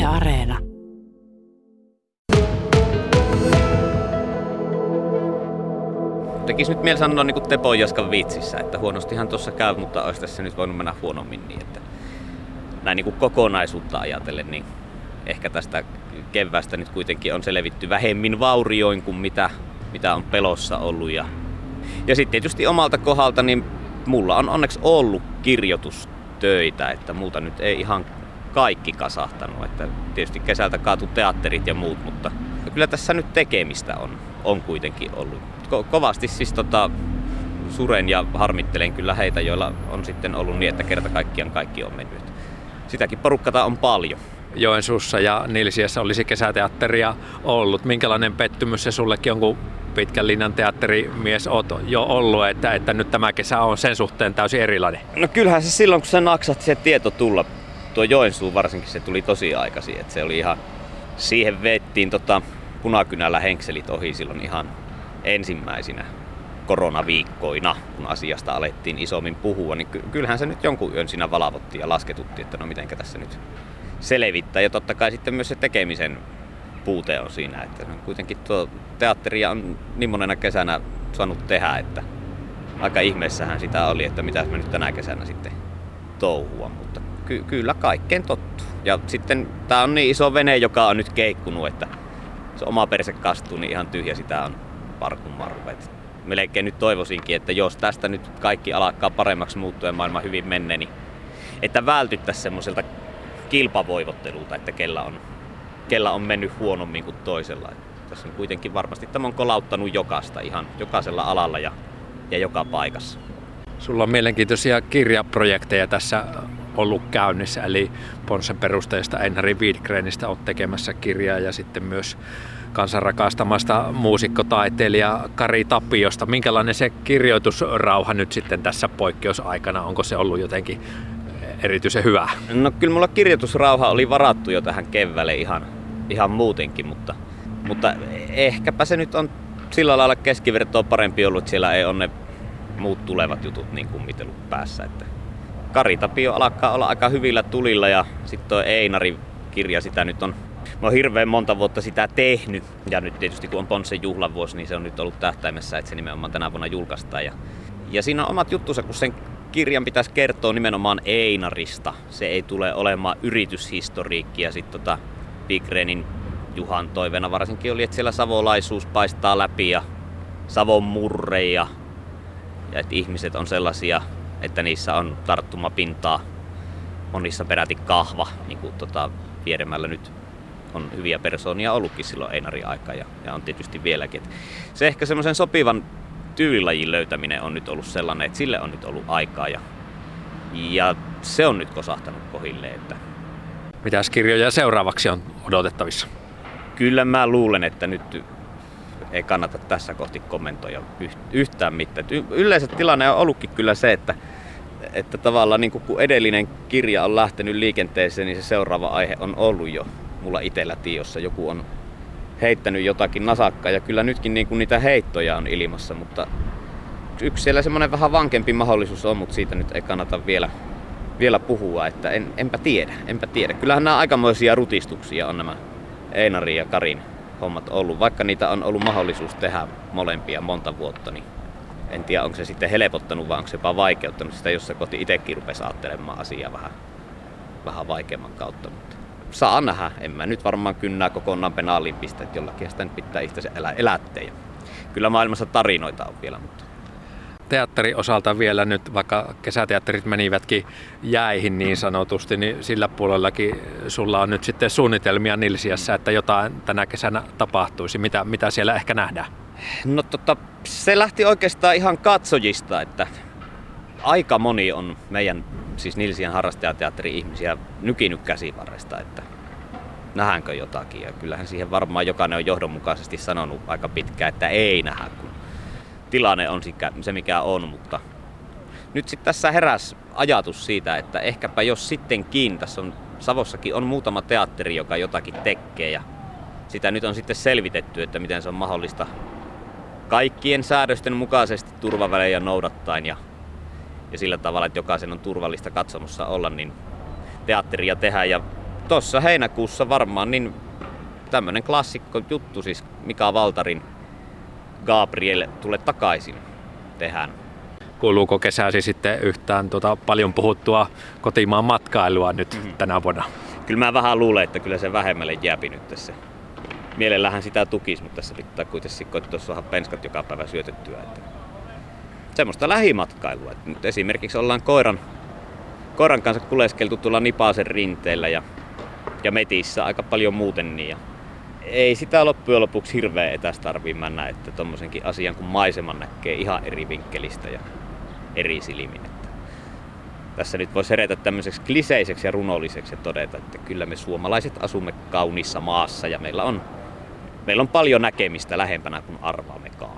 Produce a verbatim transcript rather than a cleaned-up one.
Areena. Tekisi nyt mieli sanoa niin kuin Tepon Jaskan viitsissä, että huonostihan tuossa käy, mutta olisi tässä nyt voinut mennä huonommin niin, että näin niin kuin kokonaisuutta ajatellen, niin ehkä tästä keväästä nyt kuitenkin on selvitty vähemmin vaurioin kuin mitä, mitä on pelossa ollut. Ja, ja sitten tietysti omalta kohdalta, niin mulla on onneksi ollut kirjoitustöitä, että multa nyt ei ihan kaikki kasahtanut, että tietysti kesältä kaatu teatterit ja muut, mutta kyllä tässä nyt tekemistä on, on kuitenkin ollut. Ko- kovasti siis tota, suren ja harmittelen kyllä heitä, joilla on sitten ollut niin, että kerta kaikkiaan kaikki on mennyt. Sitäkin porukkata on paljon. Joensuussa ja Nilsiässä olisi kesäteatteria ollut. Minkälainen pettymys se sullekin on, kun pitkän linjan teatterimies oot jo ollut, että, että nyt tämä kesä on sen suhteen täysin erilainen? No kyllähän se silloin, kun se naksahti se tieto tulla, tuo Joensuun varsinkin, se tuli tosi aikaisin. Että se oli ihan, siihen vettiin tota, punakynällä henkselit ohi silloin ihan ensimmäisinä koronaviikkoina, kun asiasta alettiin isommin puhua, niin kyllähän se nyt jonkun yön siinä valvottiin ja lasketuttiin, että no mitenkä tässä nyt selvittää. Ja totta kai sitten myös se tekemisen puute on siinä, että kuitenkin tuo teatteria on niin monena kesänä saanut tehdä, että aika ihmeessähän sitä oli, että mitä mä nyt tänä kesänä sitten touhua, mutta ky- kyllä kaikkeen tottuu. Ja sitten tää on niin iso vene, joka on nyt keikkunut, että se oma perse kastuu, niin ihan tyhjä sitä on parkun marvet. Melkein nyt toivoisinkin, että jos tästä nyt kaikki alkaa paremmaksi muuttua ja maailma hyvin menne, niin että vältyttäisiin semmoiselta kilpavoivottelulta, että kellä on, kellä on mennyt huonommin kuin toisella. Että tässä on kuitenkin varmasti tämä on kolauttanut jokaista ihan jokaisella alalla ja, ja joka paikassa. Sulla on mielenkiintoisia kirjaprojekteja tässä ollut käynnissä, eli Ponssen perustajasta Einari Widgrenistä olet tekemässä kirjaa ja sitten myös kansan rakastamasta muusikkotaiteilija Kari Tapiosta. Minkälainen se kirjoitusrauha nyt sitten tässä poikkeusaikana? Onko se ollut jotenkin erityisen hyvä? No kyllä mulla kirjoitusrauha oli varattu jo tähän keväälle ihan, ihan muutenkin, mutta, mutta ehkäpä se nyt on sillä lailla keskivertoa parempi ollut, että siellä ei ole ne muut tulevat jutut niin kummitellut päässä. Että Kari Tapio alkaa olla aika hyvillä tulilla ja sitten tuo Einari kirja, sitä nyt on Mä oon hirveän monta vuotta sitä tehnyt ja nyt tietysti kun on Ponssen juhlavuosi, niin se on nyt ollut tähtäimessä, että se nimenomaan tänä vuonna julkaistaan. Ja, ja siinä on omat juttunsa, kun sen kirjan pitäisi kertoa nimenomaan Einarista. Se ei tule olemaan yrityshistoriikki ja sitten tota Widgrenin Juhan toiveena varsinkin oli, että siellä savolaisuus paistaa läpi ja Savon murre ja, ja että ihmiset on sellaisia, että niissä on tarttumapintaa, monissa peräti kahva, niin kuin tota Vieremällä nyt on hyviä persoonia ollutkin silloin Einarin aikaa ja, ja on tietysti vieläkin. Et se ehkä semmoisen sopivan tyylilajin löytäminen on nyt ollut sellainen, että sille on nyt ollut aikaa ja, ja se on nyt kosahtanut kohilleen. Että mitäs kirjoja seuraavaksi on odotettavissa? Kyllä mä luulen, että nyt ei kannata tässä kohti kommentoida yhtään mitään. Yleensä tilanne on ollutkin kyllä se, että, että tavallaan niin kun edellinen kirja on lähtenyt liikenteeseen, niin se seuraava aihe on ollut jo mulla itsellä tiossa. Joku on heittänyt jotakin nasakkaa ja kyllä nytkin niin kuin niitä heittoja on ilmassa, mutta yksi siellä semmoinen vähän vankempi mahdollisuus on, mutta siitä nyt ei kannata vielä, vielä puhua, että en, enpä tiedä, enpä tiedä. Kyllähän nämä aikamoisia rutistuksia on nämä Einarin ja Karin hommat ollut, vaikka niitä on ollut mahdollisuus tehdä molempia monta vuotta, niin en tiedä onko se sitten helpottanut vai onko se jopa vaikeuttanut sitä, jos se kohti itsekin rupesi ajattelemaan asiaa vähän, vähän vaikeamman kautta. Mutta saa nähdä, en mä nyt varmaan kynnää kokonaan penaaliin pistä, että jollakin sitä nyt pitää itse elä, elätteen. Kyllä maailmassa tarinoita on vielä, mutta teatterin osalta vielä nyt, vaikka kesäteatterit menivätkin jäihin niin sanotusti, niin sillä puolellakin sulla on nyt sitten suunnitelmia Nilsiässä, että jotain tänä kesänä tapahtuisi. Mitä, mitä siellä ehkä nähdään? No tota, se lähti oikeastaan ihan katsojista, että aika moni on meidän siis Nilsiän harrastajateatterin ihmisiä nykinyt käsivarresta, että nähdäänkö jotakin. Ja kyllähän siihen varmaan jokainen on johdonmukaisesti sanonut aika pitkään, että ei nähdä, kun tilanne on se mikä on, mutta nyt sitten tässä heräsi ajatus siitä, että ehkäpä jos sittenkin, tässä on Savossakin on muutama teatteri, joka jotakin tekee ja sitä nyt on sitten selvitetty, että miten se on mahdollista kaikkien säädösten mukaisesti turvavälejä noudattaen ja, ja sillä tavalla, että jokaisen on turvallista katsomossa olla, niin teatteria tehdä ja Tossa heinäkuussa varmaan niin tämmönen klassikko juttu, siis Mika Valtarin Gabriel tule takaisin tehdään. Kuuluuko kesäsi sitten yhtään tuota paljon puhuttua kotimaan matkailua nyt mm-hmm. tänä vuonna? Kyllä mä vähän luulen, että kyllä se vähemmälle jääpi nyt tässä. Mielellähän sitä tukisi, mutta tässä pitää kuitenkin koittaa saada penskat joka päivä syötettyä. Että semmoista lähimatkailua. Että nyt esimerkiksi ollaan koiran, koiran kanssa kuleskeltu tuolla Nipasen rinteellä ja, ja metissä aika paljon muuten niin. Ja ei sitä loppujen lopuksi hirveän etästä tarvii mennä, että tommosenkin asian kun maiseman näkee ihan eri vinkkelistä ja eri silmin. Että tässä nyt voisi herätä tämmöiseksi kliseiseksi ja runolliseksi ja todeta, että kyllä me suomalaiset asumme kauniissa maassa ja meillä on, meillä on paljon näkemistä lähempänä kuin arvaammekaan.